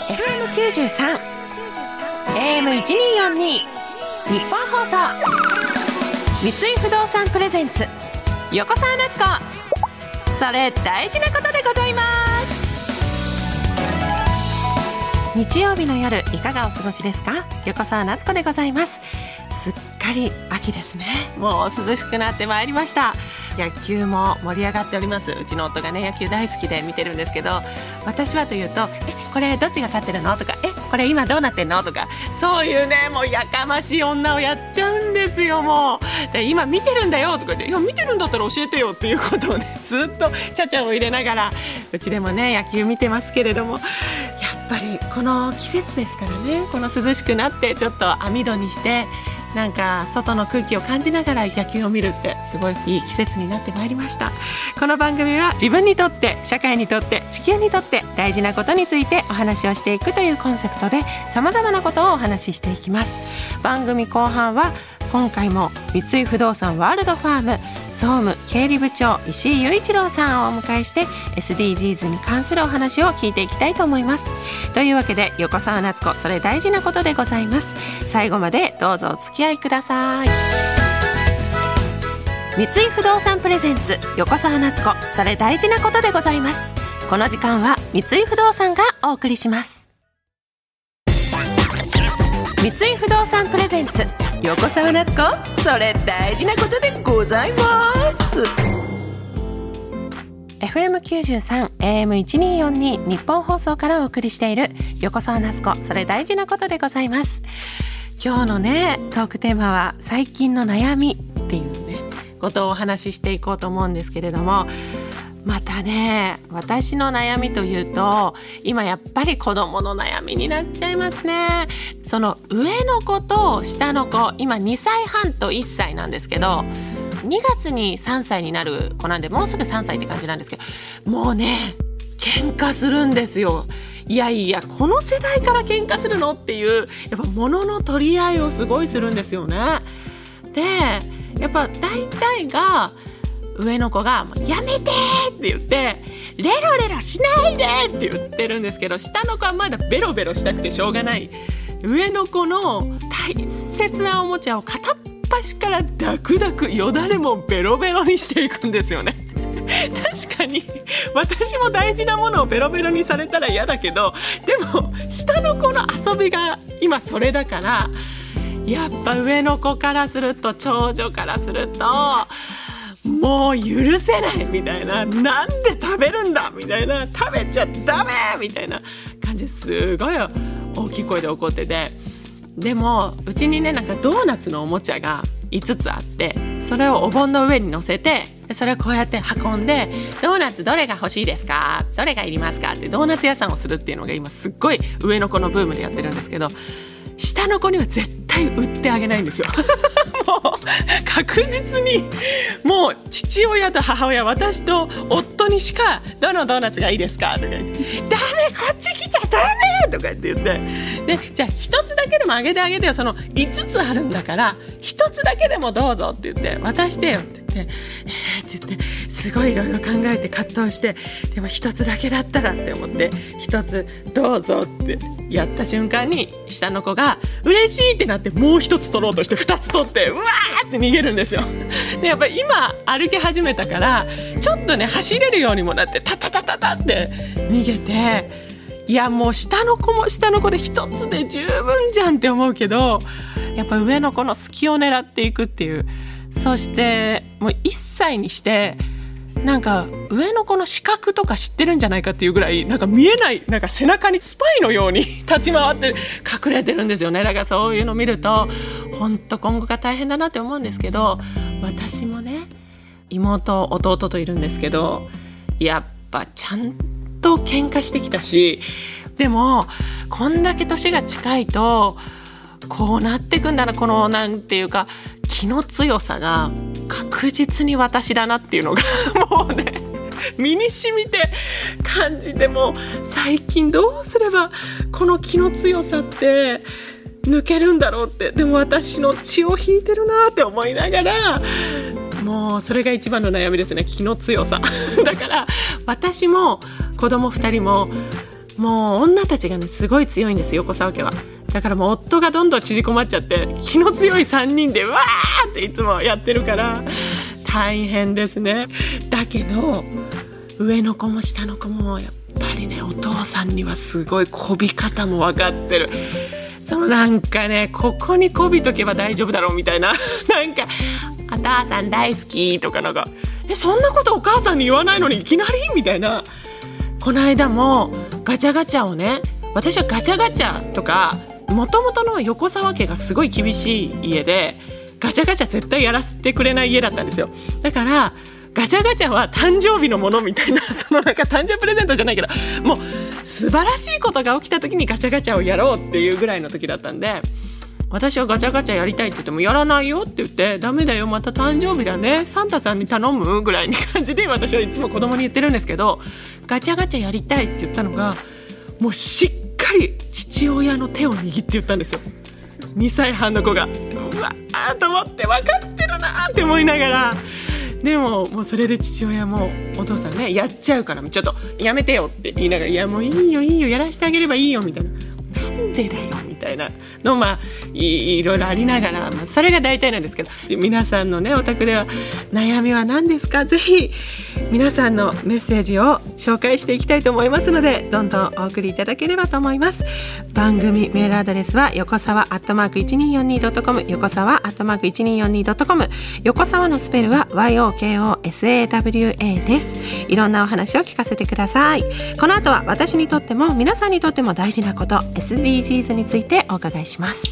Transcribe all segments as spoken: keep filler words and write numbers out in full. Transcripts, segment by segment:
エフエムきゅうじゅうさん エーエムせんにひゃくよんじゅうに 日本放送三井不動産プレゼンツ横澤夏子、それ大事なことでございます。日曜日の夜いかがお過ごしですか。横澤夏子でございます。すっかり秋ですね。もう涼しくなってまいりました。野球も盛り上がっております。うちの夫がね野球大好きで見てるんですけど、私はというとえこれどっちが勝ってるのとか、えこれ今どうなってんのとか、そういうねもうやかましい女をやっちゃうんですよ。もうで今見てるんだよとかで、いや見てるんだったら教えてよっていうことをねずっとちゃちゃを入れながらうちでもね野球見てますけれども、やっぱりこの季節ですからね、この涼しくなってちょっと網戸にしてなんか外の空気を感じながら野球を見るってすごいいい季節になってまいりました。この番組は自分にとって社会にとって地球にとって大事なことについてお話をしていくというコンセプトで様々なことをお話ししていきます。番組後半は今回も三井不動産ワールドファーム総務経理部長石井雄一郎さんをお迎えして エスディージーズ に関するお話を聞いていきたいと思います。というわけで横澤夏子、それ大事なことでございます。最後までどうぞお付き合いください。三井不動産プレゼンツ横澤夏子、それ大事なことでございます。この時間は三井不動産がお送りします。三井不動産プレゼンツ横澤夏子、それ大事なことでございます。 エフエムきゅうじゅうさん エーエムせんにひゃくよんじゅうに 日本放送からお送りしている横澤夏子、それ大事なことでございます。今日のねトークテーマは最近の悩みっていうねことをお話ししていこうと思うんですけれども、またね私の悩みというと今やっぱり子供の悩みになっちゃいますね。その上の子と下の子、今にさいはんといっさいなんですけど、にがつにさんさいになる子なんでもうすぐさんさいって感じなんですけど、もうね喧嘩するんですよ。いやいやこの世代から喧嘩するのっていう、やっぱ物の取り合いをすごいするんですよね。でやっぱ大体が上の子がやめてって言ってレロレロしないでって言ってるんですけど、下の子はまだベロベロしたくてしょうがない。上の子の大切なおもちゃを片っ端からダクダクよだれもベロベロにしていくんですよね。確かに私も大事なものをベロベロにされたら嫌だけど、でも下の子の遊びが今それだから、やっぱ上の子からすると長女からするともう許せないみたいな、なんで食べるんだみたいな、食べちゃダメみたいな感じですごい大きい声で怒ってて、でもうちにねなんかドーナツのおもちゃがいつつあって、それをお盆の上に乗せて、それをこうやって運んで、ドーナツどれが欲しいですか、どれがいりますかってドーナツ屋さんをするっていうのが今すっごい上の子のブームでやってるんですけど、下の子には絶対売ってあげないんですよ。もう確実にもう父親と母親、私と夫にしかどのドーナツがいいですかとか言って、ダメこっち来ちゃダメとかって言って、でじゃあ一つだけでもあげてあげてよ、そのいつつあるんだから一つだけでもどうぞって言って渡してよって言って、えー、って言ってすごいいろいろ考えて葛藤して、でも一つだけだったらって思って一つどうぞってやった瞬間に下の子が嬉しいってなってもう一つ取ろうとして二つ取ってうわーって逃げるんですよ。でやっぱり今歩き始めたからちょっとね走れるようにもなってタタタタタって逃げて、いやもう下の子も下の子で一つで十分じゃんって思うけど、やっぱ上の子の隙を狙っていくっていう。そしてもういっさいにしてなんか上の子の視覚とか知ってるんじゃないかっていうぐらいなんか見えない、なんか背中にスパイのように立ち回って隠れてるんですよね。だからそういうの見ると本当今後が大変だなって思うんですけど、私もね妹弟といるんですけど、やっぱちゃんと喧嘩してきたし、でもこんだけ年が近いとこうなってくんだな、このなんていうか気の強さが確実に私だなっていうのがもうね身に染みて感じて、も最近どうすればこの気の強さって抜けるんだろうって、でも私の血を引いてるなって思いながら、もうそれが一番の悩みですね、気の強さだから私も子供ふたりももう女たちがねすごい強いんです横澤家は。だからもう夫がどんどん縮こまっちゃって気の強いさんにんでわーっていつもやってるから大変ですね。だけど上の子も下の子もやっぱりねお父さんにはすごいこび方も分かってる。そのなんかねここにこびとけば大丈夫だろうみたいななんかお父さん大好きとかなんかえそんなことお母さんに言わないのにいきなりみたいな。この間もガチャガチャをね私はガチャガチャとかもともとの横澤家がすごい厳しい家でガチャガチャ絶対やらせてくれない家だったんですよ。だからガチャガチャは誕生日のものみたいなそのなんか誕生日プレゼントじゃないけどもう素晴らしいことが起きた時にガチャガチャをやろうっていうぐらいの時だったんで私はガチャガチャやりたいって言ってもやらないよって言ってダメだよまた誕生日だねサンタさんに頼むぐらいに感じで私はいつも子供に言ってるんですけどガチャガチャやりたいって言ったのがもうしっかり父親の手を握って言ったんですよ。にさいはんの子がうわーと思って分かってるなーって思いながらでももうそれで父親もお父さんねやっちゃうからちょっとやめてよって言いながらいやもういいよいいよやらせてあげればいいよみたいななんでだよみたいなのまあ い, いろいろありながら、まあ、それが大体なんですけど皆さんのねお宅では悩みは何ですか。ぜひ皆さんのメッセージを紹介していきたいと思いますのでどんどんお送りいただければと思います。番組メールアドレスは横澤アットマーク いちにーよんにードットコム 横澤アットマーク いちにーよんにードットコム 横澤のスペルは ワイオーケーオーエスエーダブリューエー です。いろんなお話を聞かせてください。この後は私にとっても皆さんにとっても大事なこと エスディージーズ についてお伺いします。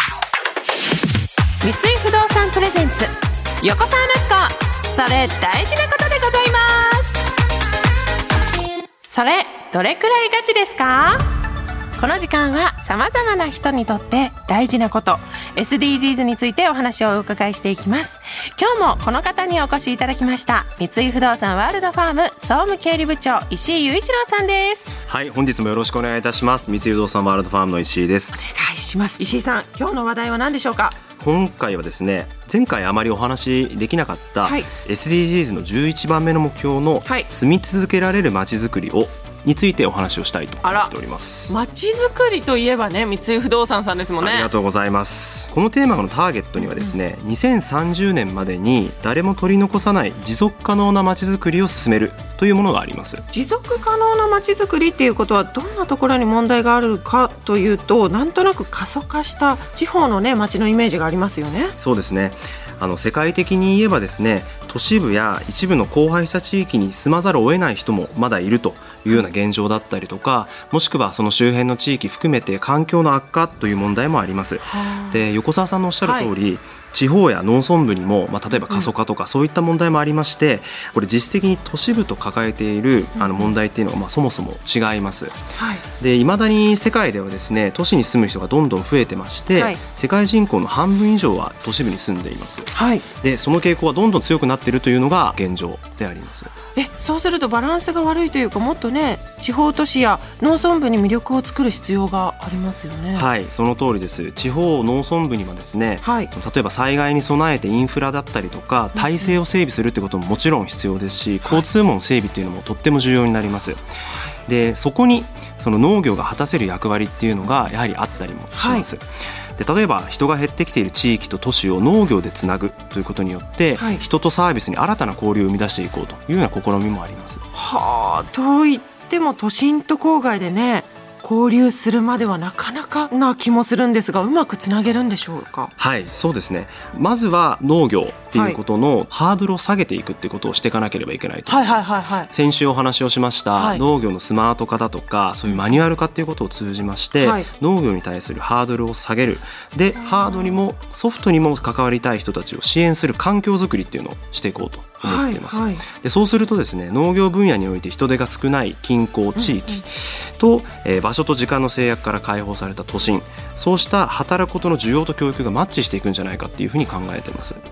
三井不動産プレゼンツ横澤夏子それ大事なことでございます。それどれくらいガチですか。この時間はさまざまな人にとって大事なこと エスディージーズ についてお話をお伺いしていきます。今日もこの方にお越しいただきました。三井不動産ワールドファーム総務経理部長石井雄一郎さんです。 はい、本日もよろしくお願いいたします。三井不動産ワールドファームの石井です。 お願いします。石井さん今日の話題は何でしょうか。 今回はですね前回あまりお話できなかった、はい、エスディージーズ のじゅういちばんめの目標の、はい、住み続けられるまちづくりをについてお話をしたいと思っております。 まちづくりといえばね三井不動産さんですもんね。 ありがとうございます。このテーマのターゲットにはですね、うん、にせんさんじゅうねんまでに誰も取り残さない持続可能なまちづくりを進めるというものがあります。 持続可能なまちづくりっていうことはどんなところに問題があるかというとなんとなく過疎化した地方のね街のイメージがありますよね。 そうですね。あの世界的に言えばですね都市部や一部の荒廃した地域に住まざるを得ない人もまだいるというような現状だったりとかもしくはその周辺の地域含めて環境の悪化という問題もあります。で横澤さんのおっしゃる通り、はい、地方や農村部にも、まあ、例えば過疎化とかそういった問題もありまして、うん、これ実質的に都市部と抱えているあの問題っていうのは、まあ、そもそも違います。はい、で未だに世界ではですね都市に住む人がどんどん増えてまして、はい、世界人口の半分以上は都市部に住んでいます。はい、でその傾向はどんどん強くなっているというのが現状であります。 えそうするとバランスが悪いというかもっとね地方都市や農村部に魅力を作る必要がありますよね。 はいその通りです。地方農村部にはですね、はい、その例えば災害に備えてインフラだったりとか体制を整備するってことももちろん必要ですし、交通網の整備っていうのもとっても重要になります。でそこにその農業が果たせる役割っていうのがやはりあったりもします。はいで例えば人が減ってきている地域と都市を農業でつなぐということによって、はい、人とサービスに新たな交流を生み出していこうというような試みもあります。 はあ、といっても都心と郊外でね交流するまではなかなかな気もするんですがうまくつなげるんでしょうか。 はいそうですね。まずは農業っていうことのハードルを下げていくっていうことをしていかなければいけないと思います。はいはいはいはい、先週お話をしました、はい、農業のスマート化だとかそういうマニュアル化っていうことを通じまして、はい、農業に対するハードルを下げるでハードにもソフトにも関わりたい人たちを支援する環境づくりっていうのをしていこうと思っています。はいはい、でそうするとですね農業分野において人手が少ない近郊地域と、うんうんえー、場所と時間の制約から解放された都心そうした働くことの需要と教育がマッチしていくんじゃないかっていうふうに考えています。 へ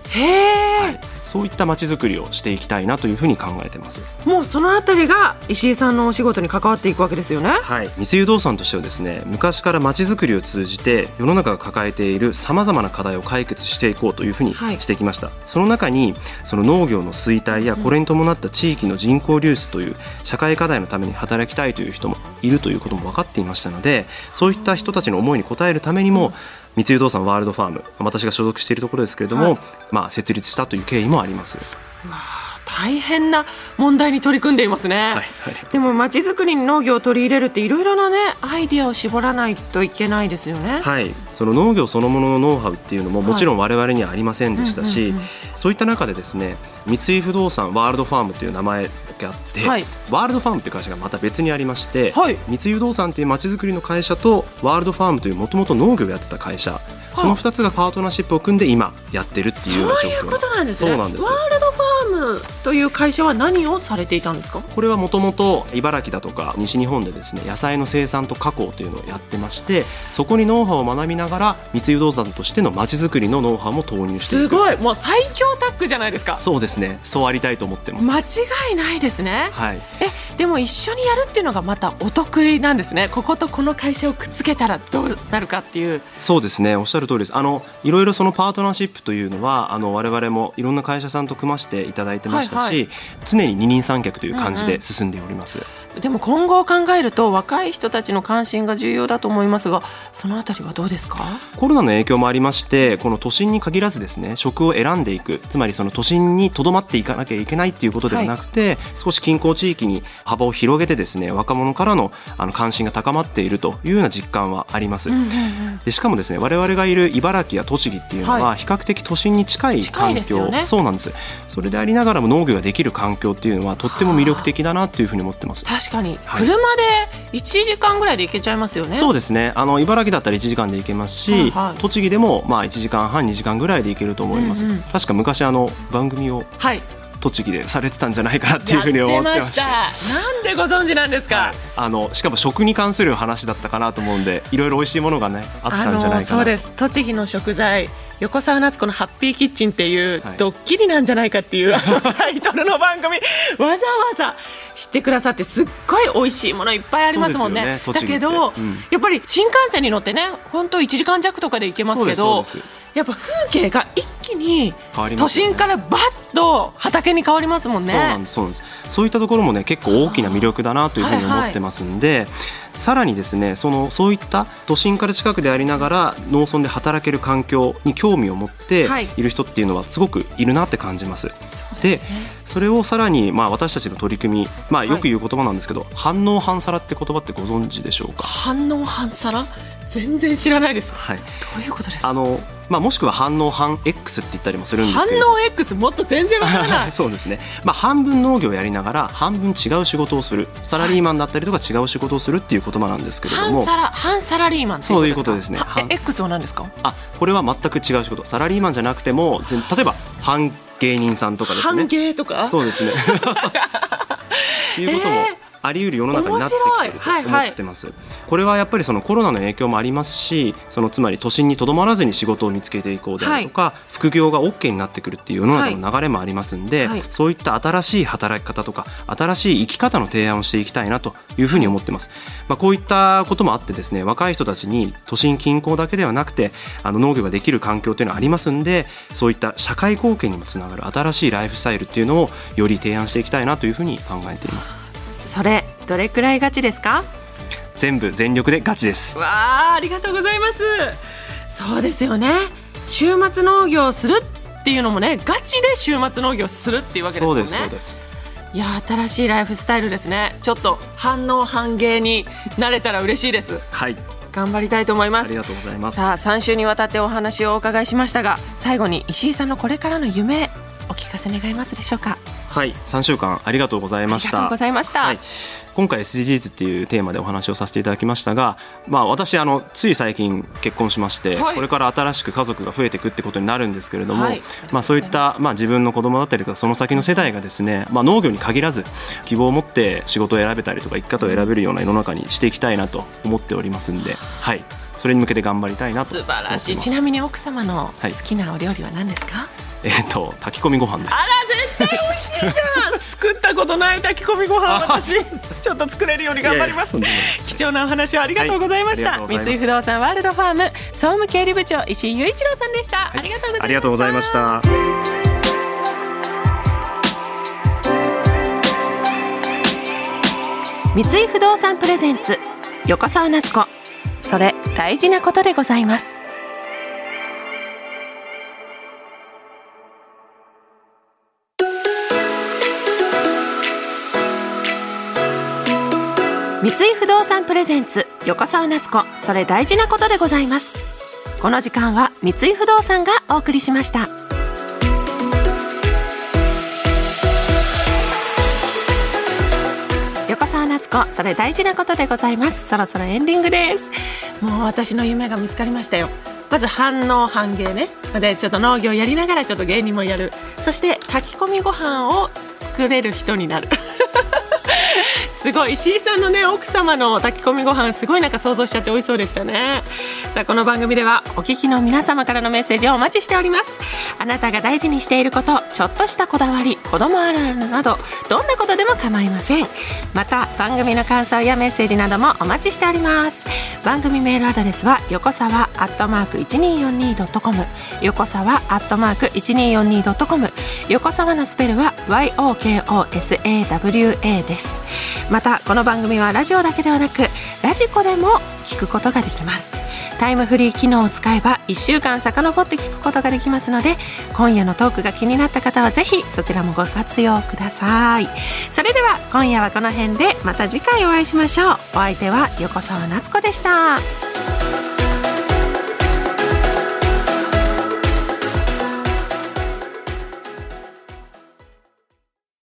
へー、 はい、そういった街づくりをしていきたいなというふうに考えてます。 もうそのあたりが石井さんのお仕事に関わっていくわけですよね。 はい、三井不動産としてはですね、昔から街づくりを通じて世の中が抱えているさまざまな課題を解決していこうというふうにしてきました、はい、その中にその農業の衰退やこれに伴った地域の人口流出という社会課題のために働きたいという人もいるということも分かっていましたので、そういった人たちの思いに応えるためにも三井不動産ワールドファーム、私が所属しているところですけれども、はい、まあ、設立したという経緯もあります。 うわ、大変な問題に取り組んでいますね、はいはい、でも街づくりに農業を取り入れるっていろいろな、ね、アイデアを絞らないといけないですよね。 はい、その農業そのもののノウハウっていうのももちろん我々にはありませんでしたし、はい、うんうんうん、そういった中でですね、三井不動産ワールドファームという名前だけあって、はい、ワールドファームという会社がまた別にありまして、はい、三井不動産という街づくりの会社とワールドファームというもともと農業をやってた会社、そのふたつがパートナーシップを組んで今やってるっていうような状況。 そういうことなんですね。 そうなんです。 ワールドファームという会社は何をされていたんですか？ これはもともと茨城だとか西日本でですね、野菜の生産と加工というのをやってまして、そこにノウハウを学びながら三井不動産としての街づくりのノウハウも投入していく。 すごい、もう最強タッグじゃないですか。 そうですね、そうありたいと思ってます。 間違いないですね、はい、えでも一緒にやるっていうのがまたお得意なんですね。こことこの会社をくっつけたらどうなるかっていう。 そうですね、おっしゃる通りです。あのいろいろそのパートナーシップというのはあの我々もいろんな会社さんと組ませていただいてましたし、はいはい、常に二人三脚という感じで進んでおります、うんうん、 でも今後を考えると若い人たちの関心が重要だと思いますが、そのあたりはどうですか？ コロナの影響もありまして、この都心に限らずですね、職を選んでいく、つまりその都心にとどまっていかなきゃいけないっていうことではなくて、はい、少し近郊地域に幅を広げてですね、若者からの、あの関心が高まっているというような実感はあります、うんうんうん、でしかもですね、我々がいる茨城や栃木っていうのは比較的都心に近い環境、 近いですよね。 そうなんです。それでありながらも農業ができる環境っていうのはとっても魅力的だなというふうに思ってます。 確かに、はい、車でいちじかんぐらいで行けちゃいますよね。 そうですね、あの茨城だったらいちじかんで行けますし、はいはい、栃木でもまあいちじかんはんにじかんぐらいで行けると思います、うんうん、確か昔あの番組を、はい、栃木でされてたんじゃないかなっていうふうに思ってました。 やってました。なんでご存知なんですか？はい、 あのしかも食に関する話だったかなと思うんで、いろいろ美味しいものがねあったんじゃないかな。 そうです、栃木の食材、横澤夏子のハッピーキッチンっていうドッキリなんじゃないかっていう、はい、タイトルの番組わざわざ知ってくださって、すっごい美味しいものいっぱいありますもん ね, ねだけど、うん、やっぱり新幹線に乗ってね、本当いちじかん弱とかで行けますけど、やっぱ風景が一気に都心からバッと畑に変わりますもんね。 そうなんです、そうなんです。そういったところもね結構大きな魅力だなというふうに思ってますんで、はいはい、さらにですね、そのそういった都心から近くでありながら農村で働ける環境に興味を持っている人っていうのはすごくいるなって感じます、はい、で, でそれをさらにまあ私たちの取り組み、まあ、よく言う言葉なんですけど、はい、反応反皿って言葉ってご存知でしょうか？ 反応反皿、全然知らないです、はい、どういうことですか？ あのまあ、もしくは反応反 X って言ったりもするんですけど、 反応 X もっと全然わからないそうですね、まあ、半分農業をやりながら半分違う仕事をする、サラリーマンだったりとか違う仕事をするっていう言葉なんですけれども、 反サラ、反サラリーマンっていうことですか？そういうことですね。 X は何ですか？ あ、これは全く違う仕事、サラリーマンじゃなくても、例えば反芸人さんとかですね、 反芸とか、 そうですねっていうことも、えーあり得る世の中になってきていると思ってます、はいはい、これはやっぱりそのコロナの影響もありますし、そのつまり都心にとどまらずに仕事を見つけていこうであるとか、はい、副業が OK になってくるっていう世の中の流れもありますんで、はい、そういった新しい働き方とか新しい生き方の提案をしていきたいなというふうに思ってます、まあ、こういったこともあってですね、若い人たちに都心近郊だけではなくてあの農業ができる環境というのはありますんで、そういった社会貢献にもつながる新しいライフスタイルっていうのをより提案していきたいなというふうに考えています。 それどれくらいガチですか？ 全部全力でガチです。 わあ、ありがとうございます。そうですよね、週末農業をするっていうのもね、ガチで週末農業をするっていうわけですもんね。 そうですそうです。 いや、新しいライフスタイルですね。ちょっと反応反芸になれたら嬉しいです。 はい、 頑張りたいと思います。 ありがとうございます。 さあ、さん週にわたってお話をお伺いしましたが、最後に石井さんのこれからの夢お聞かせ願えますでしょうか？ はい、さんしゅうかんありがとうございました。 ありがとうございました、はい、 今回 エスディージーズ っていうテーマでお話をさせていただきましたが、まあ、私あのつい最近結婚しまして、はい、これから新しく家族が増えていくってことになるんですけれども、はい、まあ、そういった、まあ、自分の子供だったりとかその先の世代がですね、まあ、農業に限らず希望を持って仕事を選べたりとか生き方を選べるような世の中にしていきたいなと思っておりますんで、はい、それに向けて頑張りたいなと思ってます。 素晴らしい。ちなみに奥様の好きなお料理は何ですか？はい、 えー、と炊き込みご飯です。 あら絶対美味しいじゃん作ったことない炊き込みご飯私ちょっと作れるように頑張ります。いやいや貴重なお話をありがとうございました、はい、三井不動産ワールドファーム総務経理部長石井雄一郎さんでした、はい、ありがとうございました。 ありがとうございました。 三井不動産プレゼンツ横澤夏子、それ大事なことでございます。三井不動産プレゼンツ横澤夏子、それ大事なことでございます。この時間は三井不動産がお送りしました。横澤夏子、それ大事なことでございます。そろそろエンディングです。もう私の夢が見つかりましたよ。まず半農半芸ね、でちょっと農業やりながらちょっと芸人もやる、そして炊き込みご飯を作れる人になるすごい石井さんのね奥様の炊き込みご飯すごいなんか想像しちゃって美味しそうでしたね。さあこの番組ではお聞きの皆様からのメッセージをお待ちしております。あなたが大事にしていること、ちょっとしたこだわり、子供あるあるなどどんなことでも構いません。また番組の感想やメッセージなどもお待ちしております。番組メールアドレスは横澤アットマーク いちにーよんにードットコム 横澤アットマーク いちにーよんにードットコム 横澤のスペルは ワイオーケーオーエスエーダブリューエー です。またこの番組はラジオだけではなくラジコでも聞くことができます。タイムフリー機能を使えばいっしゅうかん遡って聞くことができますので、今夜のトークが気になった方はぜひそちらもご活用ください。それでは今夜はこの辺で、また次回お会いしましょう。お相手は横澤夏子でした。